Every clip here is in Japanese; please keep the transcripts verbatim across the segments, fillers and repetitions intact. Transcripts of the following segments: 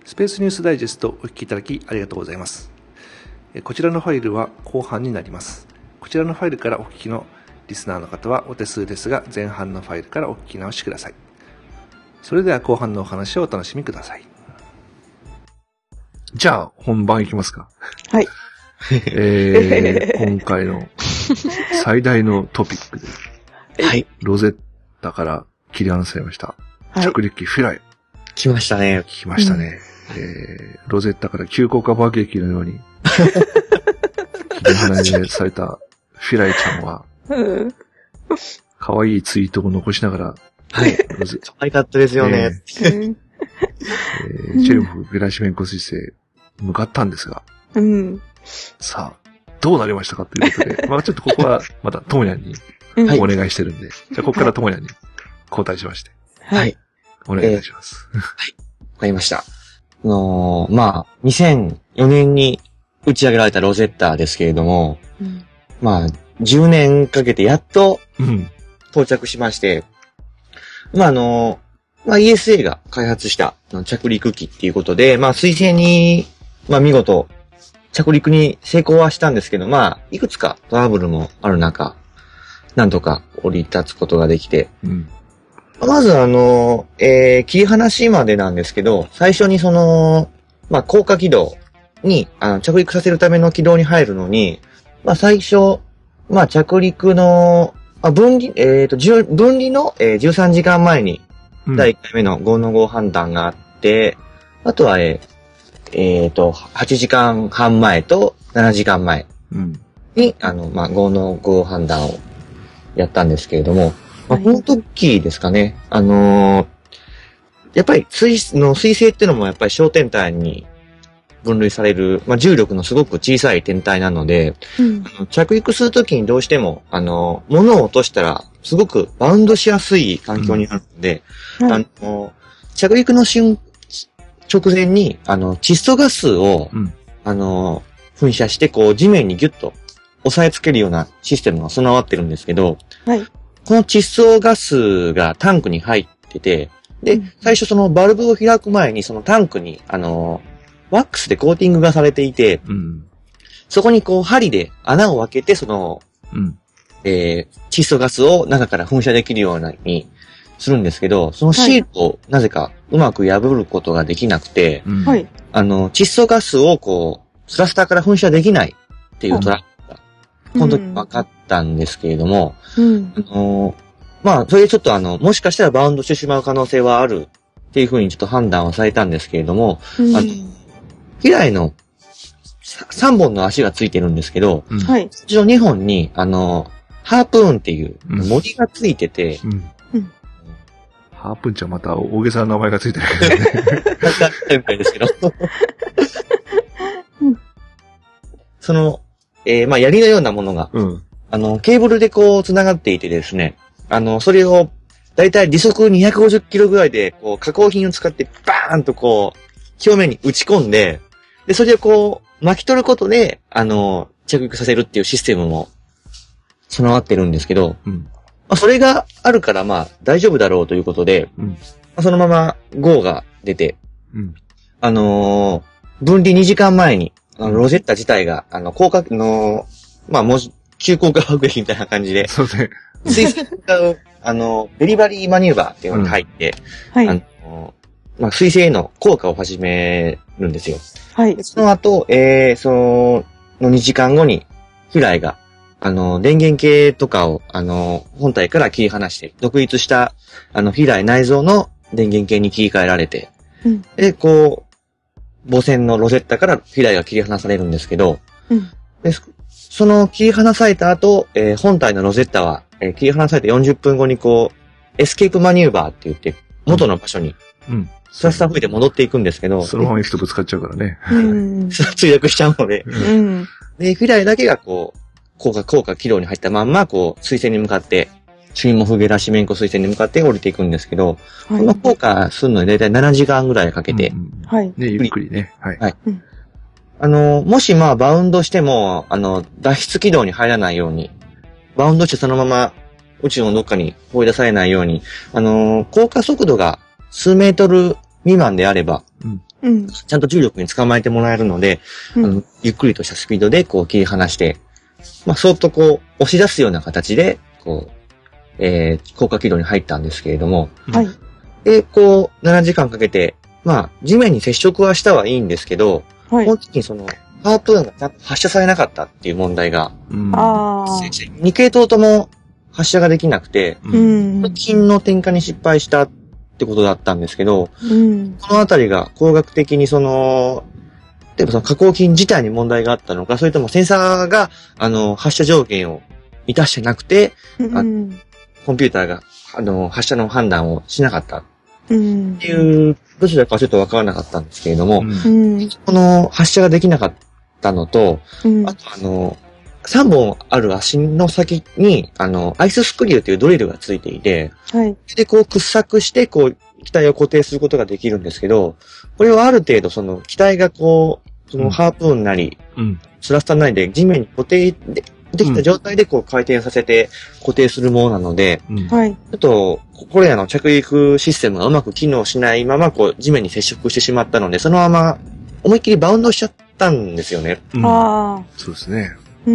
スペースニュースダイジェストをお聞きいただきありがとうございます。こちらのファイルは後半になります。こちらのファイルからお聞きのリスナーの方はお手数ですが、前半のファイルからお聞き直しください。それでは後半のお話をお楽しみください。じゃあ本番いきますか。 はい。 えー、今回の最大のトピックで、 はい。 ロゼッタから切り離されました。 はい、 着陸機フィライ。 来ましたね。 来ましたね。うん、えー、ロゼッタから急降下爆撃のように切り離されたフィライちゃんは、 うん、 可愛いツイートを残しながら、 はい。可愛かったですよね。 えーえー、チェルフ・ゲラシメンコ彗星向かったんですが、 うん、 さあ、どうなりましたかということで、まあちょっとここはまたトモニャンにお願いしてるんで、うん、じゃあここからトモニャンに交代しまして。 はい。 お願いいたします。 えー、はい。わかりました。あのー、まあ、にせんよねんに打ち上げられたロゼッタですけれども、うん、まあ、じゅうねんかけてやっと到着しまして、うん、まああのー、まあ イーエスエー が開発した着陸機っていうことで、まあ水星に、まあ見事、着陸に成功はしたんですけど、まあ、いくつかトラブルもある中、なんとか降り立つことができて、うん、まずあの、えー、切り離しまでなんですけど、最初にその、まあ、降下軌道に、あの、着陸させるための軌道に入るのに、まあ、最初、まあ、着陸の、あ分離、えっと、分離の、えー、じゅうさんじかんまえに、だいいっかいめのごのご判断があって、うん、あとは、えー、えっと、はちじかんはんまえとななじかんまえに、うん、あの、まあ、ごのご判断をやったんですけれども、まあ、この時ですかね、あのー、やっぱり水の水星っていうのもやっぱり小天体に分類される、まあ、重力のすごく小さい天体なので、うん、あの着陸するときにどうしても、あの、物を落としたらすごくバウンドしやすい環境になるので、うん、あの、着陸の瞬直前に、あの、窒素ガスを、うん、あの、噴射して、こう、地面にギュッと押さえつけるようなシステムが備わってるんですけど、はい、この窒素ガスがタンクに入ってて、で、うん、最初そのバルブを開く前に、そのタンクに、あの、ワックスでコーティングがされていて、うん、そこにこう、針で穴を開けて、その、うん、えー、窒素ガスを中から噴射できるようにするんですけど、そのシールをなぜかうまく破ることができなくて、はい、あの、窒素ガスをこう、スラスターから噴射できないっていうトラップが、この時分かったんですけれども、うん、あのまあ、それでちょっとあの、もしかしたらバウンドしてしまう可能性はあるっていうふうにちょっと判断はされたんですけれども、うん、あの、機雷のさんぼんの足がついてるんですけど、うん、はい。そっちのにほんに、あの、ハープーンっていう森がついてて、うんうんハープンちゃんまた大げさな名前がついてるけどね。 なんか、みたいですけど。その、えー、まあ、槍のようなものが、うん、あの、ケーブルでこう、繋がっていてですね、あの、それを、だいたい時速にひゃくごじゅっキロぐらいで、こう、加工品を使って、バーンとこう、表面に打ち込んで、で、それをこう、巻き取ることで、あの、着陸させるっていうシステムも、備わってるんですけど、うんまあ、それがあるから、まあ、大丈夫だろうということで、うんまあ、そのまま ゴー が出て、うん、あのー、分離にじかんまえに、あのロゼッタ自体が、あの、降下の、まあ、もう、急降下爆撃みたいな感じで、 そうね。 水星に向かう、あの、デリバリーマニューバーっていうのに入って、うん、はい。あの、まあ、水星への降下を始めるんですよ。はい。その後、えー、その、のにじかんごに、フィライが、あの、電源系とかを、あの、本体から切り離して、独立した、あの、フィライ内蔵の電源系に切り替えられて、うん、で、こう、母船のロゼッタからフィライが切り離されるんですけど、うん、でその切り離された後、えー、本体のロゼッタは、えー、切り離されてよんじゅっぷんごにこう、エスケープマニューバーって言って、元の場所に、うん。スラスター吹いて戻っていくんですけど、 そのまま人ぶつかっちゃうからね。 うん。墜落しちゃうので、うん。で、フィライだけがこう、降下、降下軌道に入ったまんま、こう、水星に向かって、シュイモフゲラシメンコ水星に向かって降りていくんですけど、はい、この降下するのにだいたいななじかんぐらいかけて、うんうん、 はい。ね、ゆっくりね。はい。はい。うん、 あの、もしまあ、バウンドしても、あの、脱出軌道に入らないように、バウンドしてそのまま宇宙のどっかに放り出されないように、あの、降下速度が数メートル未満であれば、うん、 うん、ちゃんと重力に捕まえてもらえるので、うん、あのゆっくりとしたスピードでこう切り離して、まあ、そっとこう押し出すような形で、こう、えー、降下軌道に入ったんですけれども、はい。で、こう、ななじかんかけて、まあ、地面に接触はしたはいいんですけど、はい。この時にその、ハープーンがちゃんと発射されなかったっていう問題が、うん、に系統とも発射ができなくて、うん。金の点火に失敗したってことだったんですけど、うん。このあたりが工学的にその、例えばその加工金自体に問題があったのか、それともセンサーが、あの、発射条件を満たしてなくて、うん、コンピューターが、あの、発射の判断をしなかったっていう、どちらかはちょっとわからなかったんですけれども、うん、この発射ができなかったのと、うん、あとあの、さんぼんある足の先に、あの、アイススクリューというドリルがついていて、はい、で、こう掘削して、こう、機体を固定することができるんですけど、これはある程度その機体がこう、そのハープーンなり、うん、スラスターなりで地面に固定で、できた状態でこう回転させて固定するものなので、うん、ちょっと、これらの着陸システムがうまく機能しないままこう地面に接触してしまったので、そのまま思いっきりバウンドしちゃったんですよね。 うん、ああ。そうですね。 うん。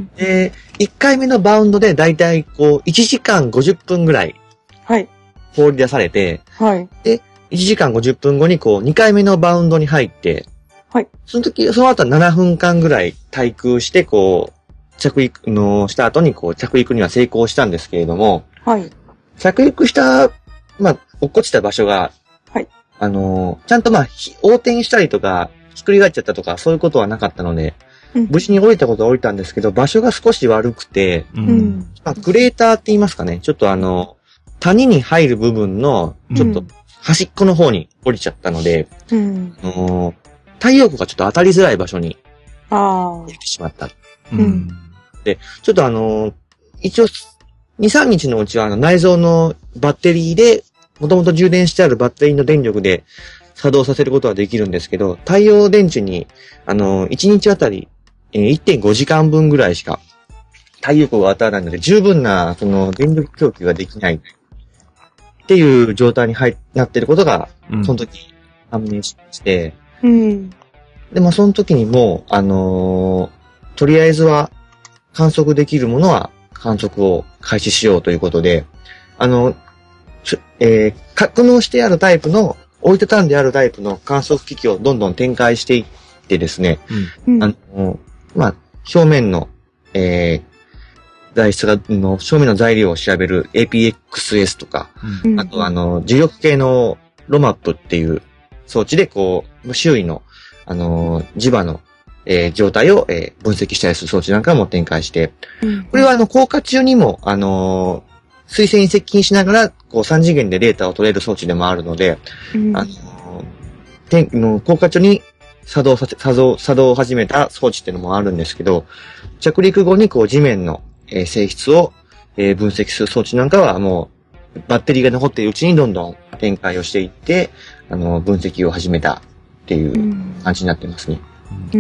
で、いっかいめのバウンドでだいたいこういちじかんごじゅっぷんぐらい。はい。放り出されて、はい。で、いちじかんごじゅっぷんごにこうにかいめのバウンドに入って、はい。その時、その後はななふんかんぐらい滞空してこう、着陸のした後にこう着陸には成功したんですけれども、はい。着陸した、まあ、落っこちた場所が、はい。あの、ちゃんとまあ、横転したりとか、ひっくり返っちゃったとか、そういうことはなかったので、うん、無事に降りたことは降りたんですけど、場所が少し悪くて、うん。まあ、クレーターって言いますかね、ちょっとあの、谷に入る部分の、ちょっと端っこの方に降りちゃったので、うん。あの太陽光がちょっと当たりづらい場所に、ああ。降りてしまった。うん。で、ちょっとあの、一応、に、さんにちのうちはあの内蔵のバッテリーで、もともと充電してあるバッテリーの電力で作動させることはできるんですけど、太陽電池に、あの、いちにちあたり、えー、いってんごじかんぶんぐらいしか太陽光が当たらないので、十分な、その、電力供給ができないっていう状態に入なっていることが、うん、その時判明しまして、うん。で、まあ、その時にもう、あのー、とりあえずは、観測できるものは観測を開始しようということで、あの、えー、格納してあるタイプの、折りたたんであるタイプの観測機器をどんどん展開していってですね、うん、あの、まあ、表面の、えー、材質が、の、表面の材料を調べる エーピーエックスエス とか、うん、あとあの、重力計のロマップっていう装置でこう、周囲の、あの、磁場のえー、状態を、えー、分析したりする装置なんかも展開して、うん、これはあの、降下中にも、あのー、水星に接近しながら、こう、さん次元でデータを取れる装置でもあるので、うん、あのー、天の降下中に作動させ、作動、作動を始めた装置っていうのもあるんですけど、着陸後にこう、地面の、えー、性質を、えー、分析する装置なんかはもう、バッテリーが残っているうちにどんどん展開をしていって、あのー、分析を始めたっていう感じになってますね。うん、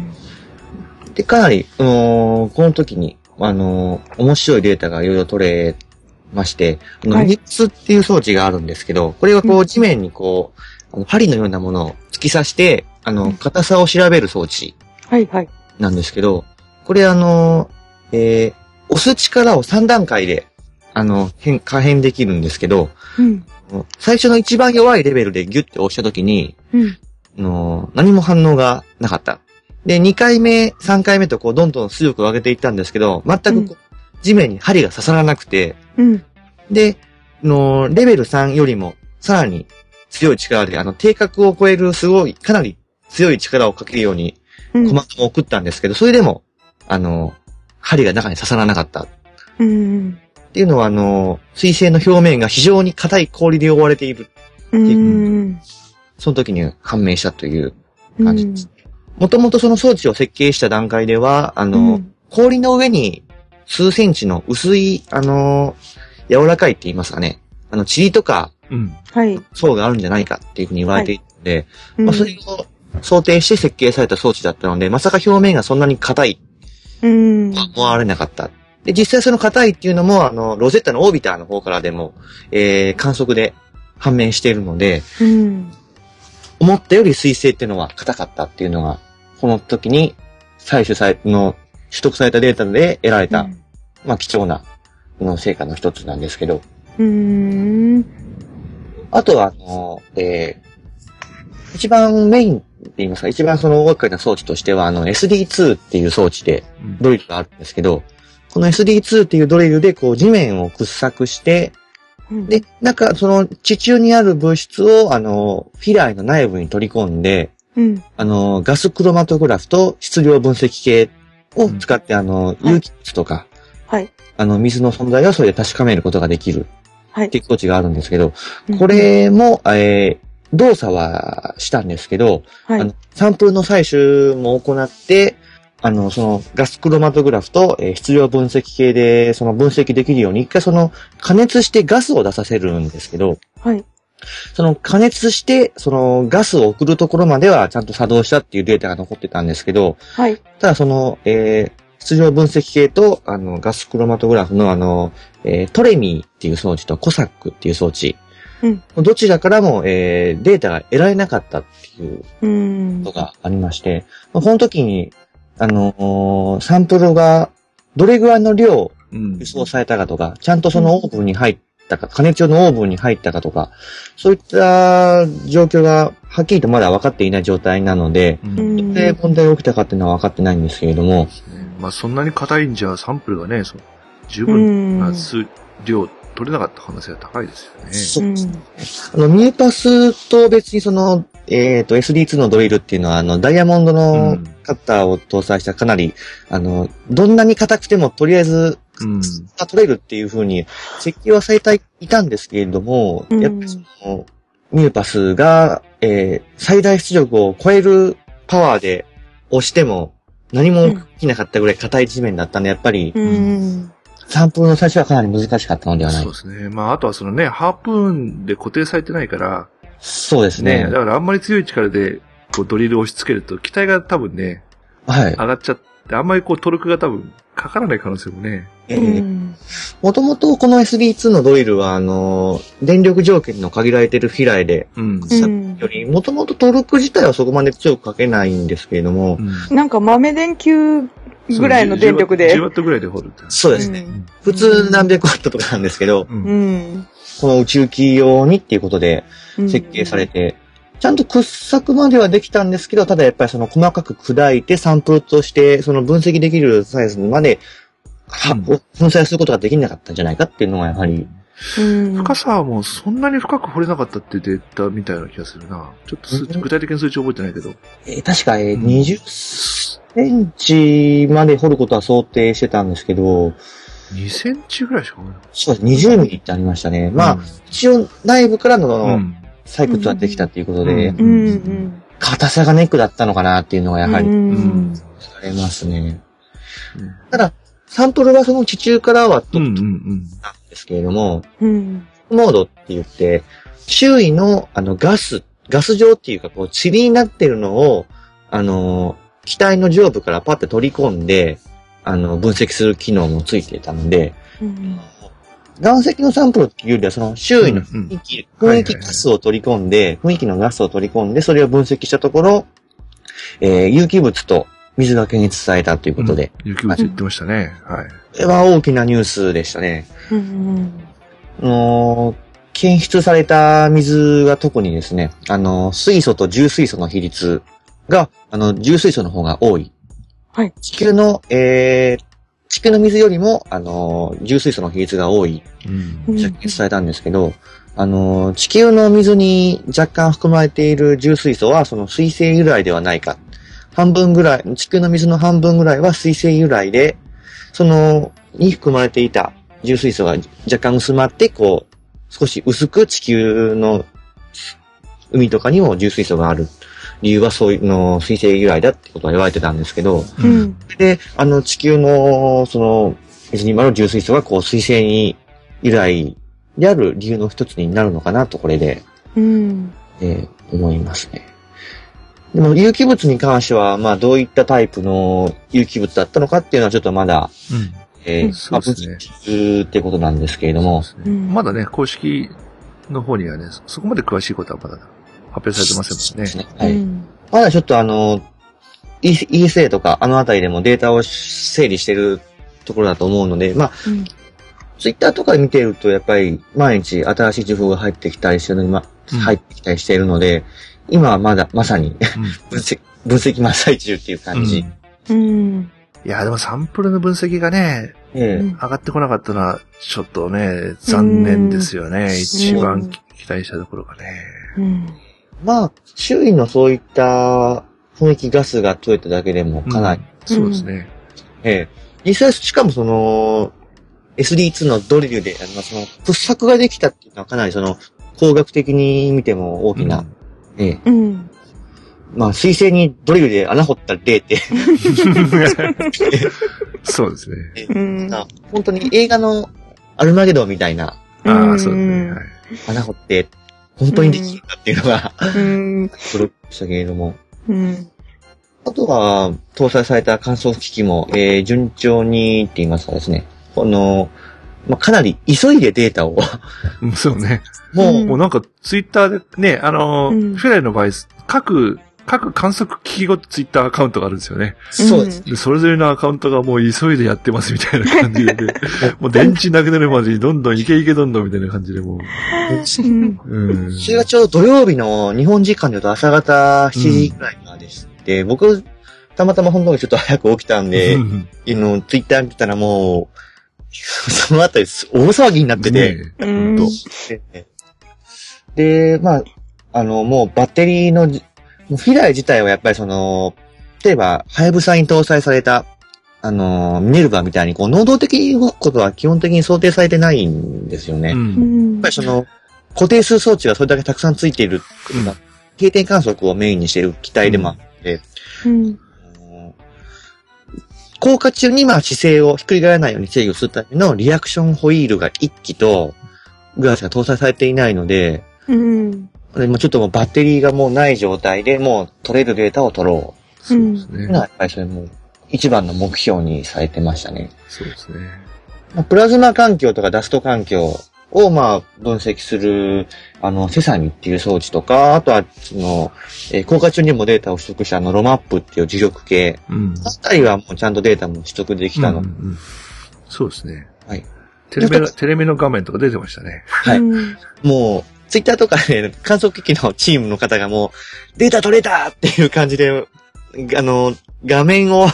で、かなり、あのー、この時に、あのー、面白いデータがいろいろ取れまして、あの、はい、ミックスっていう装置があるんですけど、これはこう、地面にこう、あの針のようなものを突き刺して、あの、硬さを調べる装置。はいはい。なんですけど、これあのー、えー、押す力をさんだんかいで、あの、変、可変できるんですけど、うん、最初の一番弱いレベルでギュッて押した時に、うんの何も反応がなかった。で、にかいめ、さんかいめとこう、どんどん出力を上げていったんですけど、全くこう、うん、地面に針が刺さらなくて、うん、で、の、レベルさんよりも、さらに強い力で、あの、定格を超えるすごい、かなり強い力をかけるように、コマンドを送ったんですけど、それでも、あの、針が中に刺さらなかった。うん、っていうのは、あの、水星の表面が非常に硬い氷で覆われているっていう。うんその時に判明したという感じです。もともとその装置を設計した段階では、あの、うん、氷の上に数センチの薄い、あの、柔らかいって言いますかね。あの、塵とか、うん、層があるんじゃないかっていうふうに言われているので、はいうん、まあ、それを想定して設計された装置だったので、まさか表面がそんなに硬い、とは思われなかった。で、実際その硬いっていうのも、あの、ロゼッタのオービターの方からでも、えー、観測で判明しているので、うん思ったより水星っていうのは硬かったっていうのが、この時に採取され、の、取得されたデータで得られた、うん、まあ貴重な、の成果の一つなんですけど。 うーん。 あとは、あの、えー、一番メインって言いますか、一番その大掛かりな装置としては、あの エスディーツー っていう装置でドリルがあるんですけど、うん、この エスディーツー っていうドリルでこう地面を掘削して、うん、で、なんかその地中にある物質をあの、フィラーの内部に取り込んで、うん、あの、ガスクロマトグラフと質量分析計を使って、うん、あの、有機物とか、 はい。 あの、水の存在をそれで確かめることができる。はい。っていう装置があるんですけど、これも、うん、えー、動作はしたんですけど、はい。あの、サンプルの採取も行って、あの、そのガスクロマトグラフと、えー、質量分析計でその分析できるように一回その加熱してガスを出させるんですけど、 はい。 その加熱して、そのガスを送るところまではちゃんと作動したっていうデータが残ってたんですけど、 はい。 ただその、えー、質量分析計と、あの、ガスクロマトグラフのあの、えー、トレミーっていう装置とコサックっていう装置。うん。どちらからも、えー、データが得られなかったっていうことがありまして、この時に、あのー、サンプルがどれぐらいの量輸送されたかとか、うん、ちゃんとそのオーブンに入ったか、加熱用のオーブンに入ったかとか、そういった状況がはっきりとまだ分かっていない状態なので、うん、どういう問題が起きたかっていうのは分かってないんですけれども、 まあそんなに硬いんじゃサンプルがね、そ十分な数量取れなかった可能性が高いですよね。 そうですね。あの、ミューパスと別にその、えっと、エスディーツー のドリルっていうのは、あの、ダイヤモンドのカッターを搭載したかなり、あの、どんなに硬くてもとりあえず、うん、取れるっていう風に設計はされていたんですけれども、うん、やっぱりその、ミューパスが、えー、最大出力を超えるパワーで押しても、何も起きなかったぐらい硬い地面だったんで、やっぱり、うん、サンプルの最初はかなり難しかったのではない。 そうですね。まあ、あとはそのね、ハープーンで固定されてないから、 そうですね。 ね、だからあんまり強い力で、こうドリルを押し付けると、機体が多分ね、 はい。 上がっちゃって、あんまりこうトルクが多分かからない可能性もね。 ええー。もともとこの エスディーツー のドリルは、あの、電力条件の限られているフィライで、うん。より、もともとトルク自体はそこまで強くかけないんですけれども、 うん、なんか豆電球ぐらいの電力で。 じゅうワットぐらいで掘るって。 そうですね。うん、普通何百ワットとかなんですけど、うん、この宇宙機用にっていうことで設計されて、うん、ちゃんと掘削まではできたんですけど、ただやっぱりその細かく砕いてサンプルとしてその分析できるサイズまで、は、うん、粉砕することができなかったんじゃないかっていうのがやはり、 うん、深さはもうそんなに深く掘れなかったってデータみたいな気がするな。ちょっと数、うん、具体的な数値覚えてないけど。 えー、確か、えー、にじゅっセンチまで掘ることは想定してたんですけど、 にセンチぐらいしか掘れない。 そうです。にじゅうミリってありましたね。うん、まあ、一応内部からの採掘はできたっていうことで、 うんうん、 硬さがネックだったのかなっていうのがやはり、うん、されますね。うん、ただ、サンプルはその地中からは取ったんですけれども、うん、モードって言って、周囲のあのガス、ガス状っていうかこう塵になってるのを、あの、機体の上部からパッて取り込んで、あの、分析する機能もついていたので、うん、岩石のサンプルっていうよりはその周囲の雰囲気、うんうん、雰囲気ガスを取り込んで、雰囲気のガスを取り込んで、それを分析したところ、えー、有機物と水が検出されたということで。 うん、有機物言ってましたね。はい。これは大きなニュースでしたね。うん、あの検出された水は特にですね、あの、水素と重水素の比率が、あの、重水素の方が多い。 はい。 地球の、えー、地球の水よりも、あの、重水素の比率が多い。うん。検出されたんですけど、あの、地球の水に若干含まれている重水素は、その水星由来ではないか。半分ぐらい、地球の水の半分ぐらいは水星由来で、その、に含まれていた重水素が若干薄まって、こう、少し薄く地球の海とかにも重水素がある理由はそういうの水星由来だってことは言われてたんですけど、うん、で、あの地球のその水にある重水素がこう水星に由来である理由の一つになるのかなとこれで、うんえー、思いますね。でも有機物に関してはまあどういったタイプの有機物だったのかっていうのはちょっとまだ、うんえー、そうですね。中ってことなんですけれども、 ね、まだね公式の方にはねそこまで詳しいことはまだ表されてませんもんね。 ねはい。うん、まだちょっとあの、イーエスエー とかあのあたりでもデータを整理してるところだと思うので、まあ、うん、ツイッターとか見てるとやっぱり毎日新しい情報が入ってきたりしてるのに、ま、うん、入ってきたりしているので、今はまだまさに、うん、分析、分析真っ最中っていう感じ。 うん。うん、 いや、でもサンプルの分析がね、ええ、上がってこなかったのは、ちょっとね、残念ですよね。うん、一番期待したところがね。 うん、 まあ、周囲のそういった雰囲気ガスが取れただけでもかなり。 うん、そうですね。 ええ。実際、しかもその、エスディーツー のドリルで、あの、その、掘削ができたっていうのはかなりその、工学的に見ても大きな、うん、ええ。 うん。 まあ、水星にドリルで穴掘った例って。 そうですね。 うん、本当に映画のアルマゲドンみたいな。 ああ、そうですね。はい、 穴掘って、本当にできるんだっていうのが、うん、驚きましたけれども。 うん、 あとは、搭載された観測機器も、えー、順調にって言いますかですね。この、まあ、かなり急いでデータを。 そうね。もう、うん、もうなんか、ツイッターでね、あの、うん、フェライの場合、各、各観測機器ごとツイッターアカウントがあるんですよね。 そうです。 で、それぞれのアカウントがもう急いでやってますみたいな感じで、もう電池なくなるまでにどんどんイケイケどんどんみたいな感じでもう。 うん。それがちょうど土曜日の日本時間で言うと朝方しちじくらいまでして、うん、僕、たまたま本当にちょっと早く起きたんで、うん、のツイッター見たらもう、そのあたり大騒ぎになってて、 ね、本当。で、まあ、あの、もうバッテリーの、フィライ自体はやっぱりその、例えば、ハヤブサに搭載された、あの、ミネルヴァみたいに、こう、能動的に動くことは基本的に想定されてないんですよね。うん、やっぱりその、固定する装置がそれだけたくさんついている、うん、定点観測をメインにしている機体でもあって、 うん、 降下中にまあ姿勢をひっくり返らないように制御するためのリアクションホイールがいっきと、グラスが搭載されていないので、 うん、 でもちょっともうバッテリーがもうない状態でもう取れるデータを取ろう。 そうですね。 やっぱりそれも一番の目標にされてましたね。 そうですね。 まあ、プラズマ環境とかダスト環境をまあ分析する、あの、セサミっていう装置とか、あとはその、えー、降下中にもデータを取得したあのロマップっていう磁力計。うん。あたりはもうちゃんとデータも取得できたの。うんうんうん、 そうですね。 はい。 テレビの、テレビの画面とか出てましたね。 はい。もう、ツイッターとかで、ね、観測機器のチームの方がもう、データ取れたっていう感じで、あの、画面を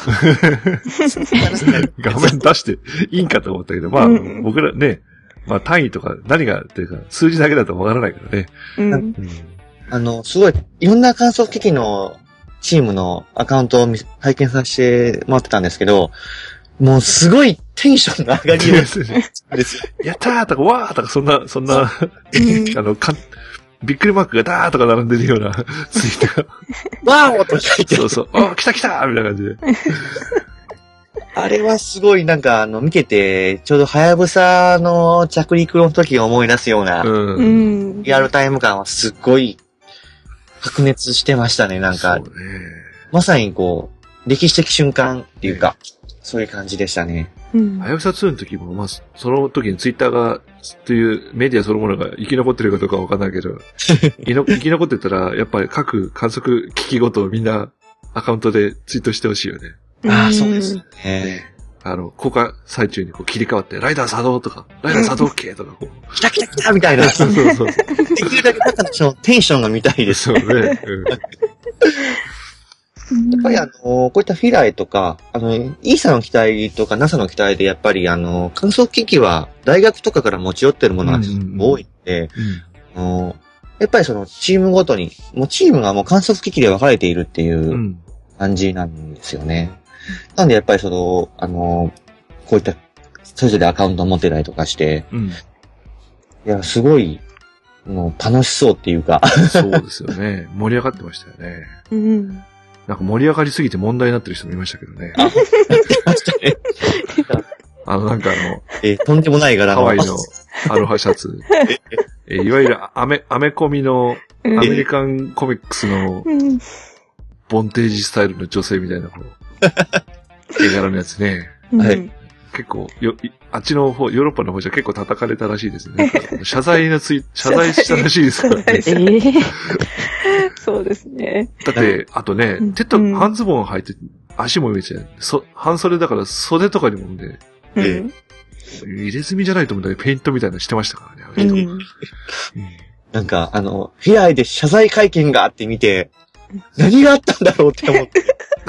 画面出していいんかと思ったけど、まあ、うん、僕らね、まあ単位とか何がっていうか、数字だけだとわからないからね。 うん。うん、 あの、すごい、いろんな観測機器のチームのアカウントを拝見させてもらってたんですけど、もうすごいテンションが上がりですよ。 やったーとかわーとかそんな、そんな、あの、かびっくりマークがダーとか並んでるようなツイートが。わーと書いてそうそう。あ、来た来たみたいな感じで。 あれはすごいなんかあの見てて、ちょうどハヤブサの着陸の時を思い出すような、 うん、 リアルタイム感はすっごい白熱してましたね、なんか。 そうね、 まさにこう、歴史的瞬間っていうか、ね、そういう感じでしたね。 ハヤブサツーの時も、まあ、その時にツイッターが、というメディアそのものが生き残ってるかどうかわかんないけど、生き残ってたら、やっぱり各観測機器ごとみんなアカウントでツイートしてほしいよね。 ああ、そうですね。 あの、降下最中にこう切り替わって、ライダー作動とか、ライダー作動系とかこう。来た来た来たみたいな。 そうそうそう。 できるだけなんかそのテンションが見たいです。 そうね。うん、やっぱりあの、こういったフィライとか、あの、イーサの機体とか ナサ の機体でやっぱりあの、観測機器は大学とかから持ち寄ってるものが多いんで、うんうんうん、やっぱりそのチームごとに、もうチームがもう観測機器で分かれているっていう感じなんですよね。なんでやっぱりその、あの、こういった、それぞれアカウントを持ってたりとかして、 うん、いや、すごい、もう楽しそうっていうか。 そうですよね。盛り上がってましたよね。 うん。 なんか盛り上がりすぎて問題になってる人もいましたけどね。 あ、ましたね。 あの、なんかあの、 えー、とんでもない柄の。ハワイのアロハシャツ。えー、いわゆるアメ、アメコミの、アメリカンコミックスの、ボンテージスタイルの女性みたいな、こう、絵柄のやつね。 はい。 結構よ、あっちの方、ヨーロッパの方じゃ結構叩かれたらしいですね。謝罪のつい、謝罪したらしいですからね。 えー、そうですね。 だって、あとね、手と半ズボン履いて、足も見えちゃう。そ、半袖だから袖とかにもね、 うん、 入れ墨じゃないと思うんだけど、ペイントみたいなのしてましたからね。うん、 なんか、あの、フィアイで謝罪会見があって見て、何があったんだろうって思って。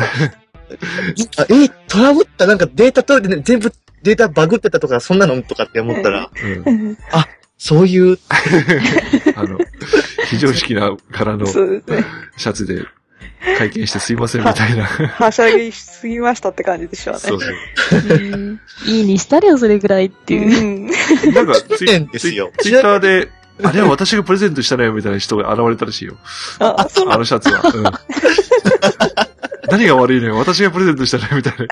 え、トラブったなんかデータ取れてね、全部データバグってたとか、そんなのとかって思ったら、うん、あ、そういう。 あの、非常識な柄のシャツで会見してすいませんみたいな。 はしゃぎしすぎましたって感じでしょうね。そうそう。 いいにしたれよ、それぐらいっていう。 なんかツイ、ツイッターで、あれは私がプレゼントしたのよみたいな人が現れたらしいよ。あ、あのシャツは。うん何が悪いのよ私がプレゼントしたねみたい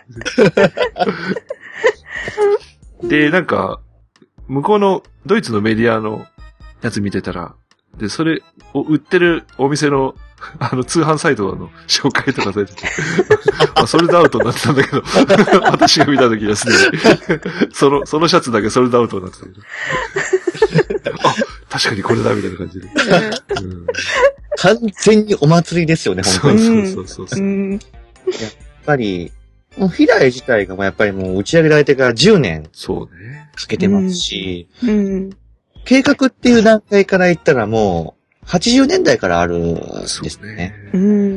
な。で、なんか、向こうのドイツのメディアのやつ見てたら、で、それを売ってるお店の、あの、通販サイトの紹介とかされてて、まあ、ソルドアウトになってたんだけど、私が見たときはすでに、その、そのシャツだけソルドアウトになってたけど。あ、確かにこれだみたいな感じで。うん、 完全にお祭りですよね、本当に。 そうそうそうそう。 やっぱり、もうフィラエ自体がもうやっぱりもう打ち上げられてからじゅうねん。 そうね。 かけてますし、 うんうん、 計画っていう段階から言ったらもう、はちじゅうねんだいからあるんですね。 うん、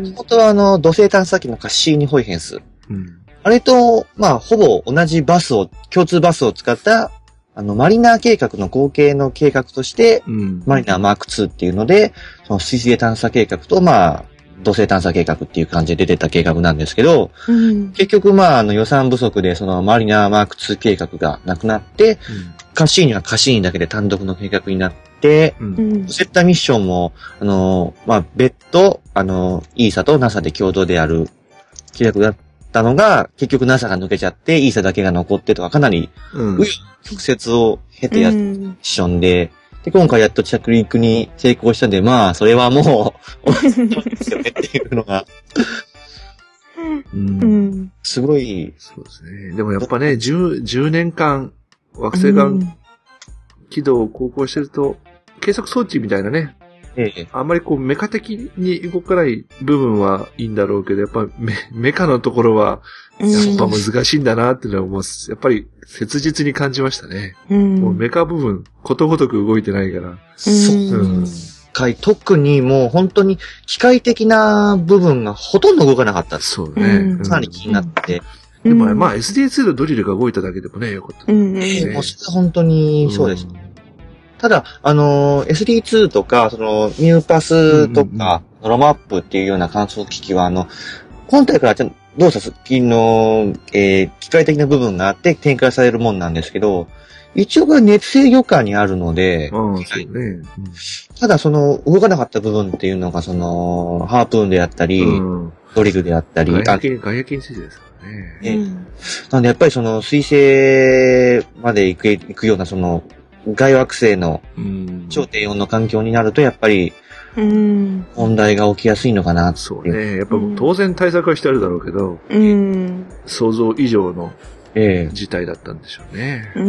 本当はあの、土星探査機のカッシーニホイヘンス。 うん、 あれと、まあ、ほぼ同じバスを、共通バスを使った、あの、マリナー計画の合計の計画として、うん、マリナーマークツーっていうので、その水星探査計画と、まあ、土星探査計画っていう感じで出てた計画なんですけど、うん、結局、まあ、あの予算不足で、そのマリナーマークツー計画がなくなって、うん、カッシーニはカッシーニだけで単独の計画になって、うん、そういったミッションも、あの、まあ、別途、あの、イーサと ナサ で共同である計画だったのが、結局 ナサ が抜けちゃって、イーサだけが残ってとか、かなり、うん、曲折を経てやったミッションで、で、今回やっと着陸に成功したんで、まあ、それはもう、ですよねっていうのが。うん、すごい。 そうですね。でもやっぱね、じゅう、じゅうねんかん惑星間軌道を航行してると、計測装置みたいなね、ええ、あんまりこうメカ的に動かない部分はいいんだろうけど、やっぱメ、メカのところは、やっぱ難しいんだなっていうのはもう、やっぱり切実に感じましたね。うん、もうメカ部分、ことごとく動いてないから。 そう。うん、特にもう本当に機械的な部分がほとんど動かなかった。 そうね。 かなり気になって。 うん、でもまあ エスディーツー のドリルが動いただけでもね、よかった、ね。 うんえー、もうそれは本当にそうです。うんただ、あの、エスディーツー とか、その、ミューパスとか、うんうん、ロマップっていうような観測機器は、あの、本体から動作の、えー、機械的な部分があって展開されるもんなんですけど、一応これ熱制御下にあるので、 うんそうねうん、 ただその、動かなかった部分っていうのが、その、ハープーンであったり、うん、ドリルであったり、 ガイア系、ガイア系についてですからね。 ねうん、なんでやっぱりその、水星まで行く、行くようなその、外惑星の超低温の環境になると、やっぱり、問題が起きやすいのかなっていう。 そうね。やっぱ当然対策はしてあるだろうけど、うん、想像以上の事態だったんでしょうね。 うん、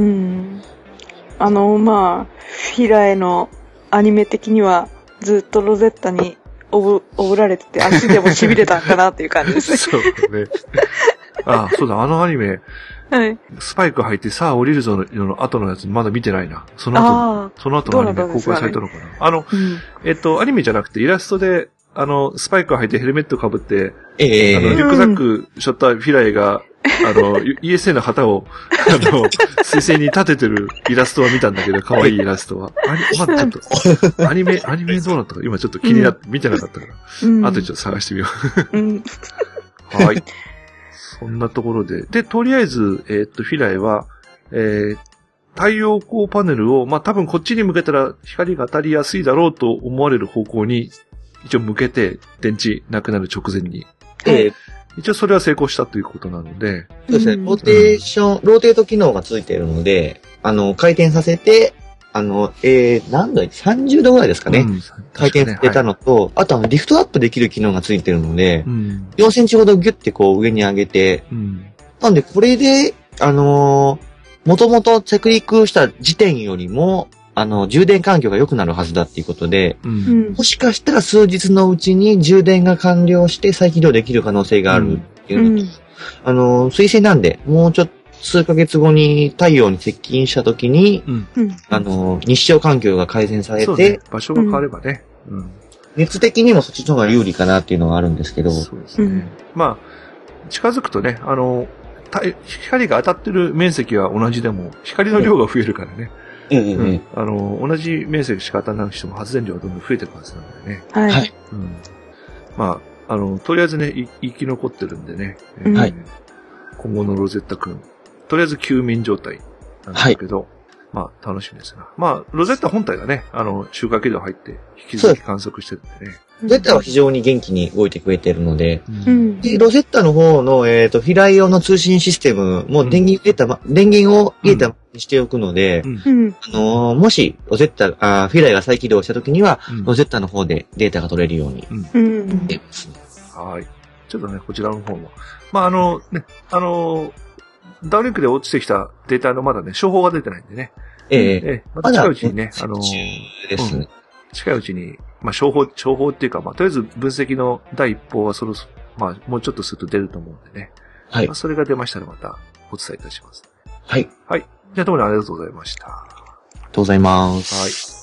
あの、まあ、フィラエのアニメ的にはずっとロゼッタにおぶ、おぶられてて足でも痺れたんかなっていう感じですね。 そうね。あ、そうだ、あのアニメ。はい。スパイク履いてさあ降りるぞの後のやつまだ見てないな。その後、その後のアニメ公開されたのかな。あの、うん、えっと、アニメじゃなくてイラストで、あの、スパイク履いてヘルメット被って、ええー、あの、リュックサック背負ったフィラエが、あの、イーエスエー の旗を、あの、水星に立ててるイラストは見たんだけど、可愛いイラストは。あれ、まだちょっと、アニメ、アニメどうなったか今ちょっと気になって、見てなかったから、うん、後でちょっと探してみよう。うん、はい。そんなところで。で、とりあえず、えー、っと、フィラエは、えー、太陽光パネルを、まあ、多分こっちに向けたら光が当たりやすいだろうと思われる方向に、一応向けて、電池なくなる直前に。えー、一応それは成功したということなので。 そうですね。ローテーション、うん、ローテート機能がついているので、あの、回転させて、あの、えー、何度 ?さんじゅう 度ぐらいですかね。うん、回転させたのと、はい、あとあの、リフトアップできる機能がついてるので、うん、よんセンチほどギュッてこう上に上げて、うん、なんでこれで、 あのー、もともと着陸した時点よりも、あの、充電環境が良くなるはずだっていうことで、うん、もしかしたら数日のうちに充電が完了して再起動できる可能性があるっていうのと、うん、あの、水星なんで、もうちょっと数ヶ月後に太陽に接近した時に、うん、あの、日照環境が改善されて、ね、 場所が変わればね、うん、 熱的にもそっちの方が有利かなっていうのがあるんですけど、 そうですね。うん、まあ、近づくとね、あの、光が当たってる面積は同じでも、光の量が増えるからね。 うんうんうん、 あの、同じ面積しか当たらなくしても発電量がどんどん増えていくはずなんでね。 はい。 うん、まあ、あの、とりあえずね、生き残ってるんでね、 えーはい、 今後のロゼッタ君、とりあえず休眠状態なんですけど、はい、まあ、楽しみですな。まあ、ロゼッタ本体がね、あの、周回軌道入って、引き続き観測してるんでね。 ロゼッタは非常に元気に動いてくれてるので、 うん、 でロゼッタの方の、えっ、ー、と、フィライ用の通信システムも電源入れた、うん、電源を入れたままにしておくので、 うん、 あのー、もし、ロゼッタ、あフィライが再起動した時には、うん、ロゼッタの方でデータが取れるようにしてますね。 はい。ちょっとね、こちらの方も。まあ、あの、ね、あの、ダウンリンクで落ちてきたデータのまだね、情報が出てないんでね。 ええええ、また近いうちにね、あの、 ですね、 うん、近いうちに、まあ、情報、情報っていうか、まあ、とりあえず分析の第一報はそろそろ、まあ、もうちょっとすると出ると思うんでね。 はい。 まあ、それが出ましたらまたお伝えいたします。 はい。 はい。じゃあ、どうもありがとうございました。ありがとうございます。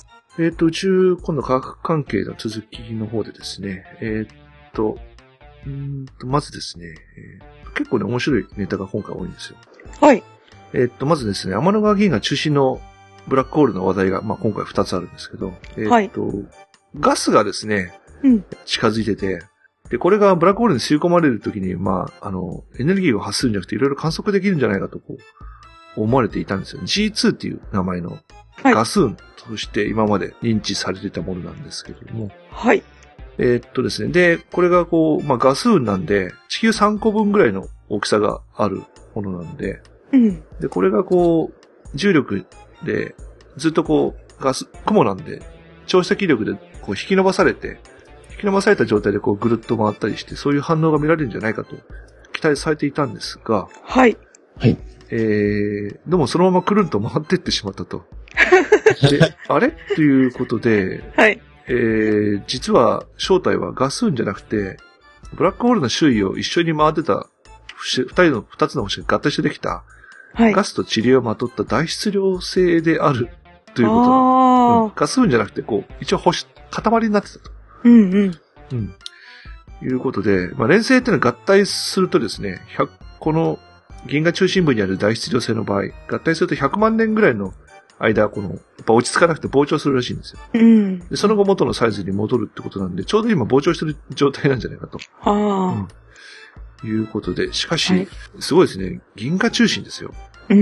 はい。えっ、ー、と、宇宙、今度科学関係の続きの方でですね、えっ、ー、と、うんと、まずですね、えー、結構ね、面白いネタが今回多いんですよ。 はい。 えっ、ー、と、まずですね、天の川銀河中心のブラックホールの話題が、まあ、今回ふたつあるんですけど、えっ、ー、と、はい、ガスがですね、 うん、 近づいてて、で、これがブラックホールに吸い込まれるときに、まあ、あの、エネルギーを発するんじゃなくて、いろいろ観測できるんじゃないかと、こう、思われていたんですよ。ジーツー っていう名前のガス雲として今まで認知されていたものなんですけれども。 はい。 えー、っとですね。で、これがこう、まあ、ガス雲なんで、地球さんこぶんぐらいの大きさがあるものなんで、 うん。 で、これがこう、重力で、ずっとこう、ガス、雲なんで、潮汐力でこう引き伸ばされて、引き伸ばされた状態でこうぐるっと回ったりして、そういう反応が見られるんじゃないかと期待されていたんですが、 はい。 はい。 えー、でもそのままくるんと回ってってしまったと。で、あれということで、 はい。 えー、実は正体はガス雲じゃなくて、ブラックホールの周囲を一緒に回ってた、二人の二つの星が合体してできた、はい、ガスと塵をまとった大質量星であるということ、うん、ガス雲じゃなくて、こう、一応星、塊になってたと。 うんうん。 うん。いうことで、まあ、連星っていうのは合体するとですね、ひゃくこの銀河中心部にある大質量星の場合、合体するとひゃくまんねんぐらいの間、この、やっぱ落ち着かなくて膨張するらしいんですよ。 うん。 で、その後元のサイズに戻るってことなんで、ちょうど今膨張してる状態なんじゃないかと。 ああ、 うん。いうことで、しかし、はい、すごいですね。銀河中心ですよ。 うん。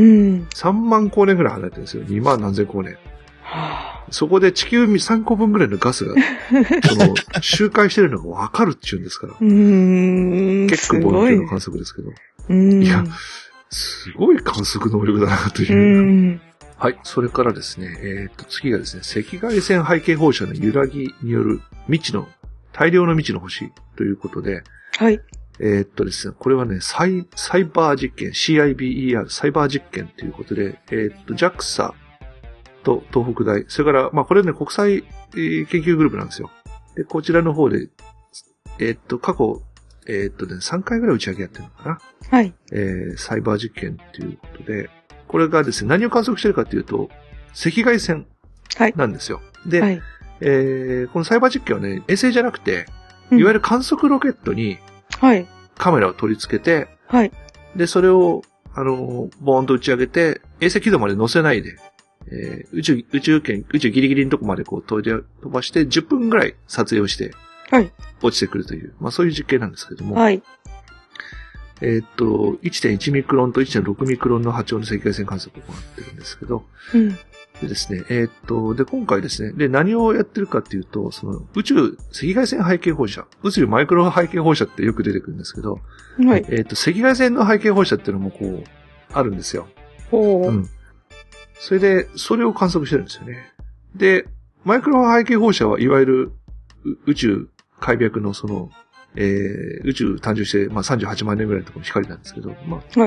さんまん光年ぐらい離れてるんですよ。にまん何千光年。 はあ、 そこで地球さんこぶんぐらいのガスが、その、周回してるのがわかるっていうんですから。 うーん。 結構望遠鏡の観測ですけど。 うん。 いや、すごい観測能力だなという。 うんはい。それからですね、えっと、次がですね、赤外線背景放射の揺らぎによる未知の、大量の未知の星ということで、 はい。 えっとですね、これはね、サイ、サイバー実験、シーアイビーイーアール、サイバー実験ということで、えっと、ジャクサ と東北大、それから、まあ、これね、国際研究グループなんですよ。で、こちらの方で、えっと、過去、えっとね、さんかいぐらい打ち上げやってるのかな。 はい。 えー、サイバー実験ということで、これがですね、何を観測してるかというと、赤外線なんですよ。はい、で、はい、えー、このサイバー実験はね、衛星じゃなくて、いわゆる観測ロケットに、カメラを取り付けて、 はい、 で、それを、あの、ボーンと打ち上げて、衛星軌道まで乗せないで、えー、宇宙、宇宙圏、宇宙ギリギリのとこまでこう飛ばして、じゅっぷんぐらい撮影をして、 はい、 落ちてくるという、まあそういう実験なんですけども、 はい。 えー、っと、いってんいち ミクロンと いってんろく ミクロンの波長の赤外線観測を行ってるんですけど、 うん、 でですね、えー、っと、で、今回ですね、で、何をやってるかっていうと、その、宇宙、赤外線背景放射、宇宙マイクロ背景放射ってよく出てくるんですけど、 はい。 えー、っと、赤外線の背景放射っていうのもこう、あるんですよ。 ほう。 うん。それで、それを観測してるんですよね。で、マイクロ背景放射はいわゆる、宇宙開闢のその、えー、宇宙誕生して、まあ、さんじゅうはちまんねんぐらいのところの光なんですけど、まあ、 はい。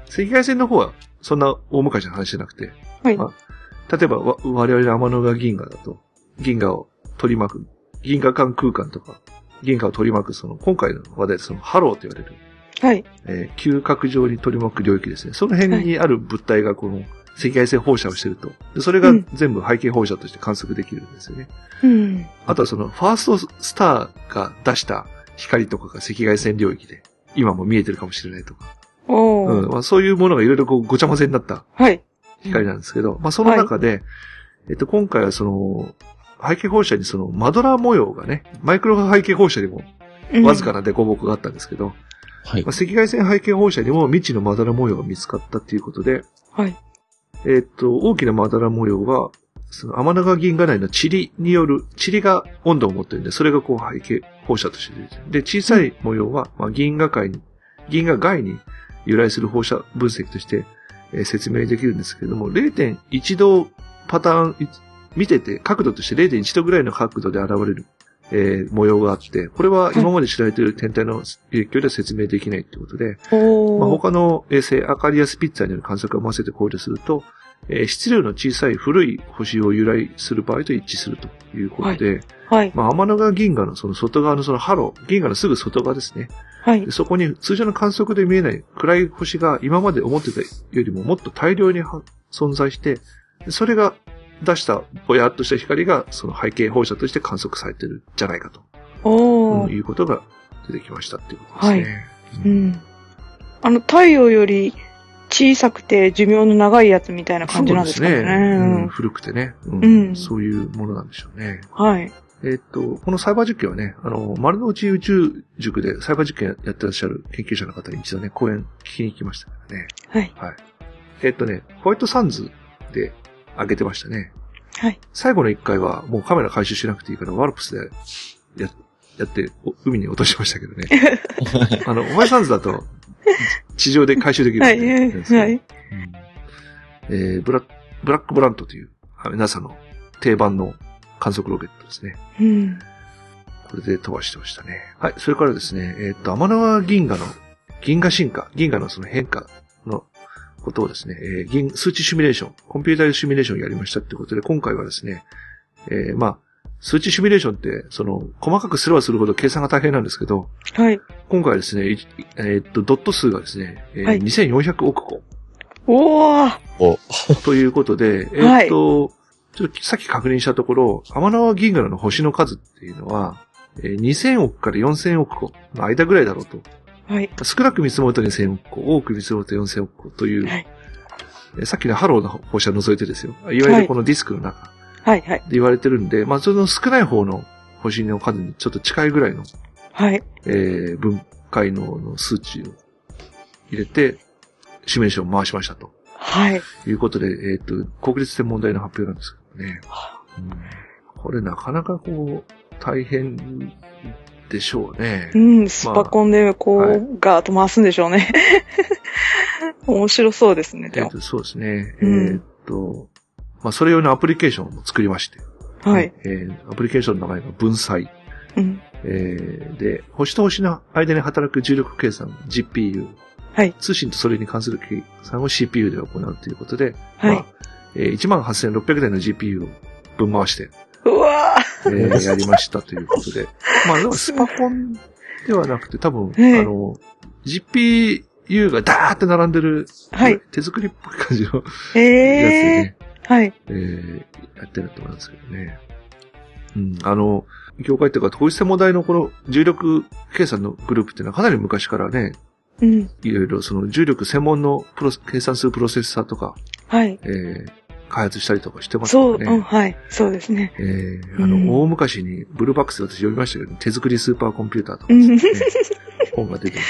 赤外線の方は、そんな大昔の話じゃなくて、 はい。 まあ、例えば、我々の天の川銀河だと、銀河を取り巻く、銀河間空間とか、銀河を取り巻く、その、今回の話題でその、ハローと言われる、 はい。 えー、嗅覚上に取り巻く領域ですね。その辺にある物体がこの、赤外線放射をしてると。でそれが全部背景放射として観測できるんですよね。 うん。 あとはその、ファーストスターが出した光とかが赤外線領域で、今も見えてるかもしれないとか。 おー。 うん。まあ、そういうものがいろいろこう、ごちゃ混ぜになった光なんですけど、はい、まあ、その中で、はい、えっと、今回はその、背景放射にその、マドラー模様がね、マイクロ背景放射にも、わずかな凸凹があったんですけど、うん、はい。まあ、赤外線背景放射にも未知のまだら模様が見つかったっていうことで、 はい。 えっと、大きなまだら模様は、その天の川銀河内の塵による、塵が温度を持ってるんで、それがこう背景放射として出てる。で、小さい模様は、まあ、銀河界に、銀河外に由来する放射分析として、えー、説明できるんですけれども、れいてんいちどパターン、見てて、角度として れいてんいちどぐらいの角度で現れる。えー、模様があって、これは今まで知られている天体の影響では説明できないということで、まあ、他の衛星アカリア・スピッツァーによる観測を合わせて考慮すると、えー、質量の小さい古い星を由来する場合と一致するということで、 はいはい、 まあ、天の川銀河のその外側のそのハロー、銀河のすぐ外側ですね。はい、でそこに通常の観測で見えない暗い星が今まで思ってたよりももっと大量に存在して、それが出したぼやっとした光がその背景放射として観測されてるんじゃないかと、 おー、 うん、いうことが出てきましたっていうことですね。 はい、うん。あの太陽より小さくて寿命の長いやつみたいな感じなんですかね。そうですね。 うん、古くてね、うんうん、そういうものなんでしょうね。 はい。 えー、っと、このサイバー実験はね、あの、丸の内宇宙塾でサイバー実験やってらっしゃる研究者の方に一度ね、講演聞きに行きましたからね。 はい。 はい。えー、っとね、ホワイトサンズで上げてましたね。 はい。 最後の一回はもうカメラ回収しなくていいからワルプスでや、やって海に落としましたけどね。あの、ホワイトサンズだと地上で回収できるんで、 はい。はい。うん、 えー、ブラ、ブラックブラントという ナサ の定番の観測ロケットですね。 うん。 これで飛ばしてましたね。はい。それからですね、えっと、天の川銀河の、銀河進化、銀河のその変化のことをですね、えー、銀、数値シミュレーション、コンピューターシミュレーションをやりましたってことで、今回はですね、えー、まあ、数値シミュレーションって、その、細かくすればするほど計算が大変なんですけど、 はい。 今回はですね、えー、っと、ドット数がですね、えーはい、にせんよんひゃくおくこ。 おーおということで、えー、っと、はいちょっとさっき確認したところ、天の川銀河の星の数っていうのは、えー、にせんおくからよんせんおくこの間ぐらいだろうと。 はい。 少なく見積もるとにせんおくこ、多く見積もるとよんせんおくこという、はいえー、さっきのハローの放射を除いてですよ。いわゆるこのディスクの中はいはい。 で言われてるんで、まあその少ない方の星の数にちょっと近いぐらいの、 はい。 えー、分解能の数値を入れて、シミュレーションを回しましたと。 はい。 いうことで、えっと、国立天文台の発表なんですけどね。うん、これなかなかこう、大変でしょうね。 うん、スパコンでこう、まあはい、ガーッと回すんでしょうね。面白そうですね、でも。 えー、そうですね。うん、えっと、まあ、それ用のアプリケーションを作りまして。 はい。 えー、アプリケーションの名前が分彩。 うん。 えー、で、星と星の間に働く重力計算、ジーピーユー。 はい。 通信とそれに関する計算を シーピーユー で行うということで、 はい。 まあえー、いちまんはっせんろっぴゃくだいの ジーピーユー を分回して、 うわーえー、やりましたということで。まあ、でもスパコンではなくて多分、 えー、 あの、ジーピーユー がダーって並んでる、 はい。 手作りっぽい感じの、 えー、 やつでね、 はい。 えー、やってると思いますけどね。うん、あの、業界っていうか、統一天文台のこの重力計算のグループっていうのはかなり昔からね、 うん、 いろいろその重力専門のプロ計算するプロセッサーとか、 はい。 えー、開発したりとかしてますからね。 そう、うん、はい。そうですね。 えー、あの、うん、大昔にブルーバックスで私読みましたけど、手作りスーパーコンピューターとかですね、本が出てました。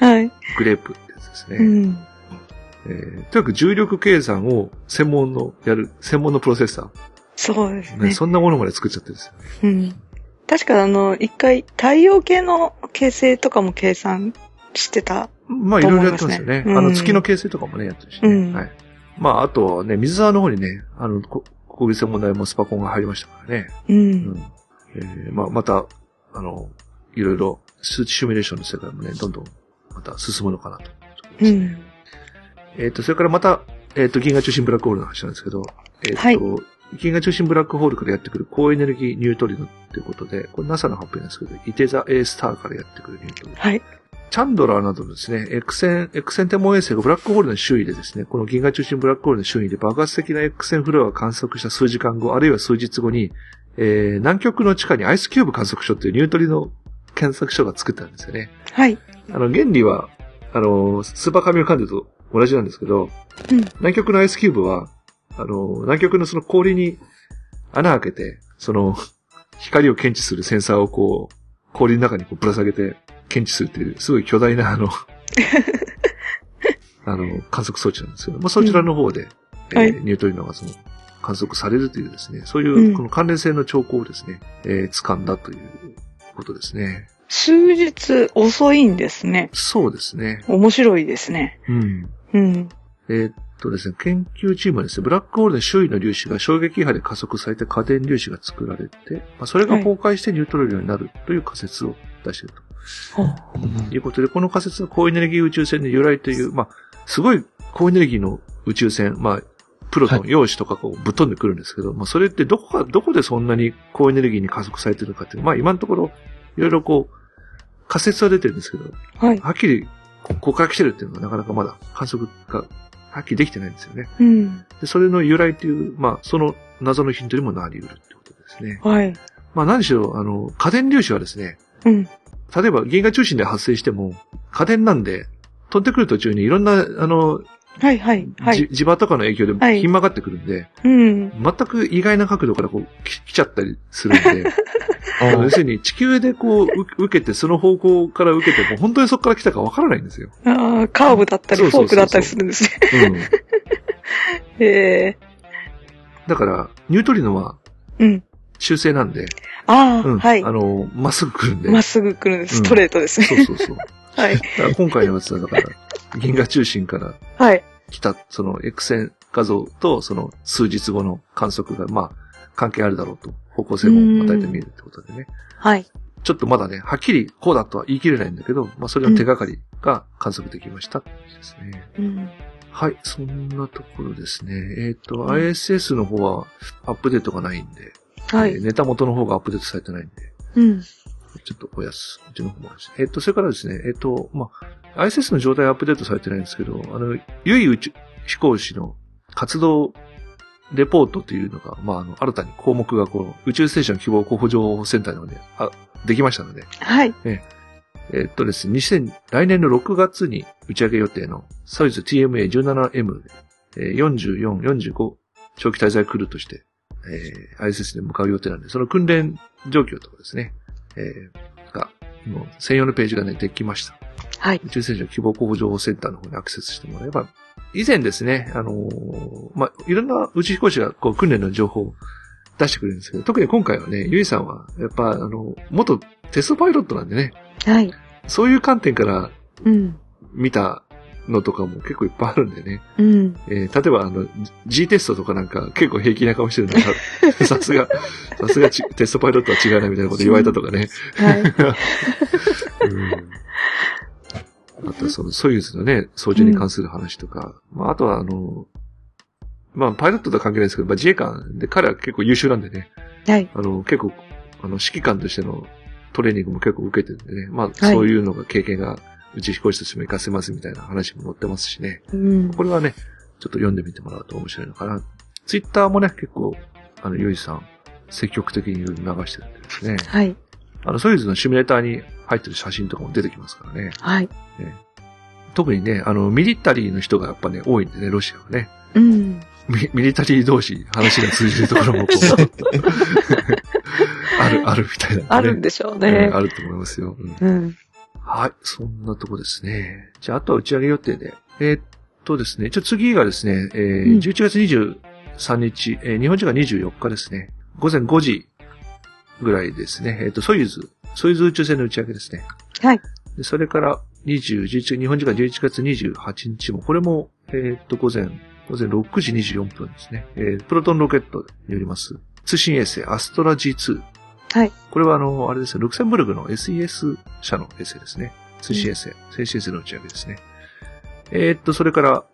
はい。 グレープってやつですね。 うんえー、とにかく重力計算を専門のやる、専門のプロセッサー。 そうですね。ねそんなものまで作っちゃってるんですよね。 うん。確かあの、一回太陽系の形成とかも計算してた。 まあいろいろやってますよね。うん、あの月の形成とかもね、やってるしね。うん、はい。まああとね、水沢の方にね、あの、国立天文台もスパコンが入りましたからね。 うん。うん、 えー、まあまた、あの、いろいろ数値シミュレーションの世界もね、どんどんまた進むのかなと、 うん。 えっ、ー、と、それからまた、えっ、ー、と、銀河中心ブラックホールの話なんですけど、えっ、ー、と、はい、銀河中心ブラックホールからやってくる高エネルギーニュートリノっていうことで、これ ナサ の発表なんですけど、イテザ A スターからやってくるニュートリノ。 はい。 チャンドラーなどのですね、X 線、X 線天文衛星がブラックホールの周囲でですね、この銀河中心ブラックホールの周囲で爆発的な X 線フロアを観測した数時間後、あるいは数日後に、えー、南極の地下にアイスキューブ観測所っていうニュートリノ検索所が作ったんですよね。 はい。 あの、原理は、あの、スーパーカミオカンデと同じなんですけど、うん、南極のアイスキューブは、あの、南極のその氷に穴開けて、その、光を検知するセンサーをこう、氷の中にこうぶら下げて検知するっていう、すごい巨大なあの、あの、観測装置なんですけど、まあ、そちらの方で、うんえーはい、ニュートリノがその、観測されるというですね、そういう、この関連性の兆候をですね、うん、えー、掴んだということですね。 数日遅いんですね。 そうですね。 面白いですね。 うん。 うん。 えー、っとですね、研究チームはですね、ブラックホールの周囲の粒子が衝撃波で加速されて過電粒子が作られて、まあ、それが崩壊してニュートリノになるという仮説を出していると。はい、いうことで、この仮説は高エネルギー宇宙船の由来という、まあ、すごい高エネルギーの宇宙船、まあ、プロトン、陽子とかこうぶっ飛んでくるんですけど、まあ、それってどこか、どこでそんなに高エネルギーに加速されてるのかっていう、まあ、今のところ、いろいろこう、仮説は出てるんですけど、はい。はっきり、ここから来てるっていうのがなかなかまだ観測がはっきりできてないんですよね。 うん。 で、それの由来という、まあ、その謎のヒントにもなり得るってことですね。 はい。 まあ、何しろ、あの、過電粒子はですね、 うん。 例えば銀河中心で発生しても、過電なんで、飛んでくる途中にいろんな、あの、 はいはいはい。 磁場とかの影響でひん曲がってくるんで、はい、 うん。 全く意外な角度からこう来ちゃったりするんで、要するに地球でこう受けてその方向から受けても本当にそこから来たかわからないんですよ。 ああ、カーブだったりフォークだったりするんですね。うん。へえ。 だからニュートリノは中性なんで、 ああ、うん、はい。 あのまっすぐ来るんで。 まっすぐ来るんです。ストレートですね。 うん、そうそうそう。 はい。 だから今回のやつはだから銀河中心から来たその X 線画像とその数日後の観測がまあ関係あるだろうと方向性も与えてみるってことでね。 はい。 ちょっとまだね、はっきりこうだとは言い切れないんだけど、まあそれの手がかりが観測できましたってですね。 うん、 はい、そんなところですね。えっ、ー、と、うん、アイエスエス の方はアップデートがないんで、 はい。 えー、ネタ元の方がアップデートされてないんで、 うん。 ちょっとおやす、うちの方もですね。えっ、ー、と、それからですね、えっ、ー、と、まあ、アイエスエス の状態はアップデートされてないんですけど、あの、唯宇宙飛行士の活動レポートというのが、まあ、あの、新たに項目がこう、宇宙ステーション希望候補情報センターの方で、あ、できましたので。 はい。 ええー、っとですね、にせん、来年のろくがつに打ち上げ予定のソユーズ ティーエムエーじゅうななエム で、えー、よんじゅうよん、よんじゅうご長期滞在クルーとして、えー、アイエスエス で向かう予定なんで、その訓練状況とかですね、えー、が、もう専用のページがね、できました。 はい。 宇宙ステーション希望候補情報センターの方にアクセスしてもらえば、以前ですね、あのー、まあ、いろんな宇宙飛行士がこう訓練の情報を出してくれるんですけど、特に今回はね、ゆいさんは、やっぱ、あの、元テストパイロットなんでね。 はい。 そういう観点から、 うん。 見たのとかも結構いっぱいあるんでね。 うん。 えー、例えば、あの、G テストとかなんか結構平気な顔してるのが、さすが、さすがテストパイロットは違うなみたいなこと言われたとかね。 はい。 うんあとはそのソユーズのね、操縦に関する話とか、うん、まああとはあの、まあパイロットとは関係ないですけど、まあ自衛官で彼は結構優秀なんでね。 はい。 あの、結構、あの、指揮官としてのトレーニングも結構受けてるんでね。まあそういうのが経験が宇宙飛行士としても活かせますみたいな話も載ってますしね。 うん。 これはね、ちょっと読んでみてもらうと面白いのかな。ツイッターもね、結構、あの、ゆいさん、積極的に流してるんですね。 はい。 あの、ソユーズのシミュレーターに入ってる写真とかも出てきますからね。 はい。 ね、特にね、あの、ミリタリーの人がやっぱね、多いんでね、ロシアはね。 うん。 ミ, ミリタリー同士話が通じるところもこう、ある、あるみたいな、ね。 あるんでしょうね。 ねあると思いますよ、 うん。うん。 はい、そんなとこですね。じゃあ、あとは打ち上げ予定で。えー、っとですね、ちょ、次がですね、えーうん、じゅういちがつにじゅうさんにち、えー、日本時間にじゅうよっかですね。午前ごじぐらいですね。えー、っと、ソユーズ、ソユーズ宇宙船の打ち上げですね。 はい。 でそれから、にじゅう、じゅういち、日本時間じゅういちがつにじゅうはちにちも、これも、えー、っと、午前、午前ろくじにじゅうよんぷんですね。えー、プロトンロケットによります。通信衛星、アストラ ジーツー。 はい。 これはあの、あれですよ、ルクセンブルクの エスイーエス 社の衛星ですね。通信衛星、静止衛星の打ち上げですね。えー、っと、それから、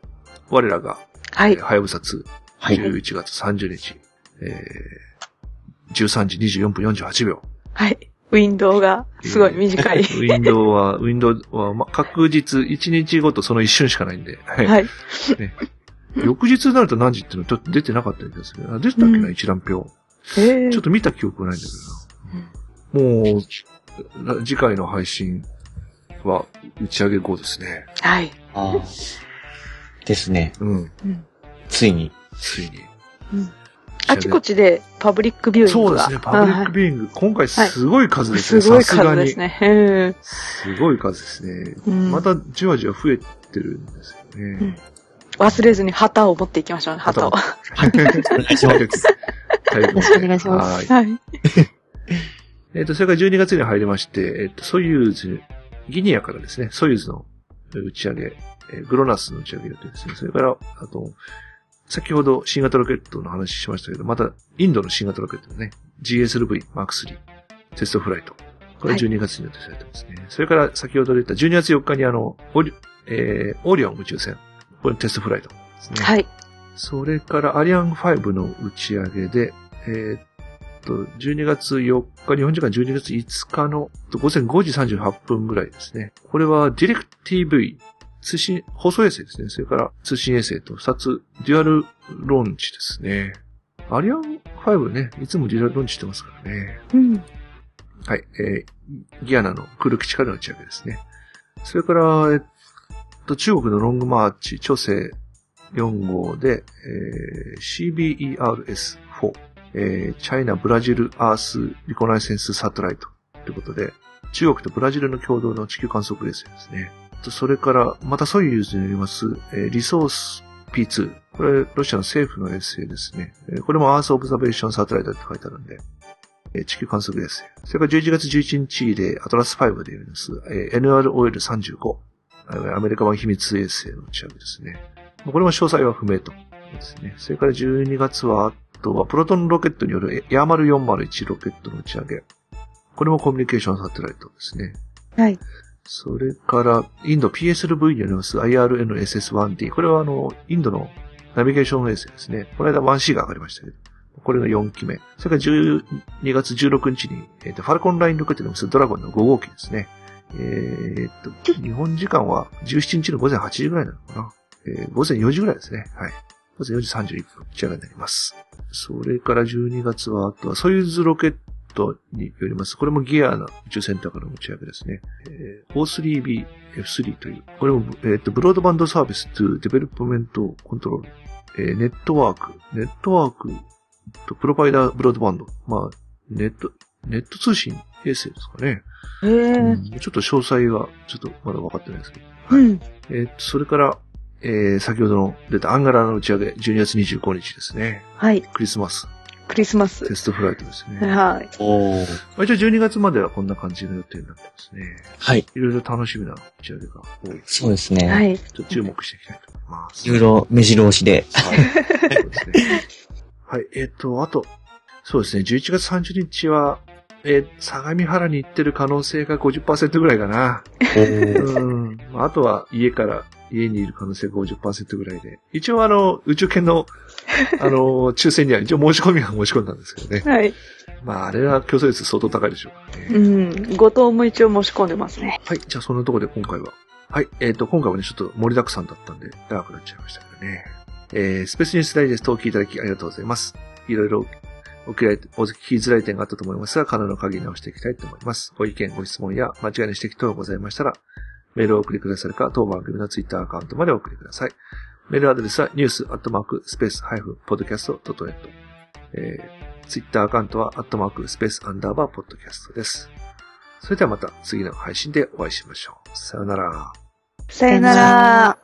我らが、 はい。 はやぶさツー、はい、じゅういちがつさんじゅうにち、えー、じゅうさんじにじゅうよんぷんよんじゅうはちびょう。 はい。ウィンドウがすごい短い。えー、 ウィンドウは、ウィンドウは、ま、確実いちにちごとその一瞬しかないんで。はい。はい、ね、翌日になると何時っていうのちょっと出てなかったんですけど、出てたっけな、うん、一覧表。えー、ちょっと見た記憶ないんだけどな。うん、もう、次回の配信は打ち上げ後ですね。 はい。 ああ。ですね。うん。ついに。 ついに。 うん、あちこちでパブリックビューイングが。 そうですね、パブリックビューイング。はい、今回すごい数ですね。 すごい数ですね。 すごい数ですね。うん、またじわじわ増えてるんですよね。うん、 忘れずに旗を持っていきましょうね、旗を。はい。お願いします。 よろしくお願いします。はい。 えっと、それからじゅうにがつに入りまして、えっと、ソユーズ、ギニアからですね、ソユーズの打ち上げ、グロナスの打ち上げ予定ですね。それから、あと、先ほど新型ロケットの話しましたけど、またインドの新型ロケットのね、ジーエスエルブイマークスリー テストフライト。これじゅうにがつに予定されてますね。はい、それから先ほど出たじゅうにがつよっかにあの、オリ、えー、オリオン宇宙船。これテストフライトですね。 はい。 それからアリアンファイブの打ち上げで、えー、っと、じゅうにがつよっか、日本時間じゅうにがついつかのごぜんごじさんじゅうはっぷんぐらいですね。これはディレクティーブイ、通信、放送衛星ですね。それから通信衛星とふたつデュアルローンチですね。アリアンファイブね、いつもデュアルローンチしてますからね。うん。はい、えー、ギアナの空基地からの打ち上げですね。それから、えっと、中国のロングマーチ、長征よん号で、えー、シービーイーアールエスフォー、えー、チャイナブラジルアースリコナイセンスサテライトということで、中国とブラジルの共同の地球観測衛星ですね。それから、またソユーズによります、えー、リソース ピーツー。これ、ロシアの政府の衛星ですね。えー、これもアースオブザベーションサテライトって書いてあるんで、えー、地球観測衛星。それからじゅういちがつじゅういちにちでアトラスファイブでやります、えー、エヌアールオーエルさんじゅうご。アメリカ版秘密衛星の打ち上げですね。これも詳細は不明と。ですね。それからじゅうにがつは、あとはプロトンロケットによるヤーマルよんまるいちロケットの打ち上げ。これもコミュニケーションサテライトですね。 はい。 それから、インド ピーエスエルブイ によります アイアールエヌエスエスワンディー。これはあの、インドのナビゲーション衛星ですね。この間 ワンシー が上がりましたけど。これのよんきめ。それからじゅうにがつじゅうろくにちに、えっと、ファルコンラインロケットによりますドラゴンのご号機ですね。えー、っと、日本時間はじゅうしちにちのごぜんはちじぐらいなのかな。えー、ごぜんよじぐらいですね。はい。ごぜんよじさんじゅういっぷん、打ち上げになります。それからじゅうにがつは、あとはソユーズロケットによります。これもギアの宇宙センターからの打ち上げですね。えー、オースリービーエフスリー という、これも、えー、っと、ブロードバンドサービスto Development Control、えー、ネットワーク、ネットワークとプロバイダーブロードバンド。まあ、ネット、ネット通信衛星ですかね。 へー、うん、 ちょっと詳細は、ちょっとまだ分かってないですけど。はい。うん、えー、それから、えー、先ほどの出たアンガラの打ち上げ、じゅうにがつにじゅうごにちですね。 はい。 クリスマス。 クリスマス。 テストフライトですね。 はい。 おー。 まあ、一応じゅうにがつまではこんな感じの予定になってますね。 はい。 いろいろ楽しみな打ち上げが多い。 そうですね。 はい。 ちょっと注目していきたいと思います。 いろいろ目白押しで。 はい。そうですね。はい。えっと、あと、そうですね、じゅういちがつさんじゅうにちは、えー、相模原に行ってる可能性が ごじゅっパーセント ぐらいかな。うん。あとは家から、家にいる可能性が ごじゅっパーセント ぐらいで。一応あの、宇宙圏の、あの、抽選には一応申し込みは申し込んだんですけどね。 はい。 まあ、あれは競争率相当高いでしょうからね。 うん。ごとうも一応申し込んでますね。 はい。じゃあそんなところで今回は。はい。えっと、今回はね、ちょっと盛りだくさんだったんで、長くなっちゃいましたけどね。えー、スペースニュースダイジェストをお聞きいただきありがとうございます。いろいろお聞きづらい点があったと思いますが、可能な限り直していきたいと思います。ご意見、ご質問や間違いの指摘等がございましたら、メールをお送りくださるか、当番組のツイッターアカウントまでお送りください。メールアドレスはニュースアットマークスペースハイフンポッドキャストドットネット。えー、ツイッターアカウントはアットマークスペースアンダーバーポッドキャストです。それではまた次の配信でお会いしましょう。さよなら。 さよなら。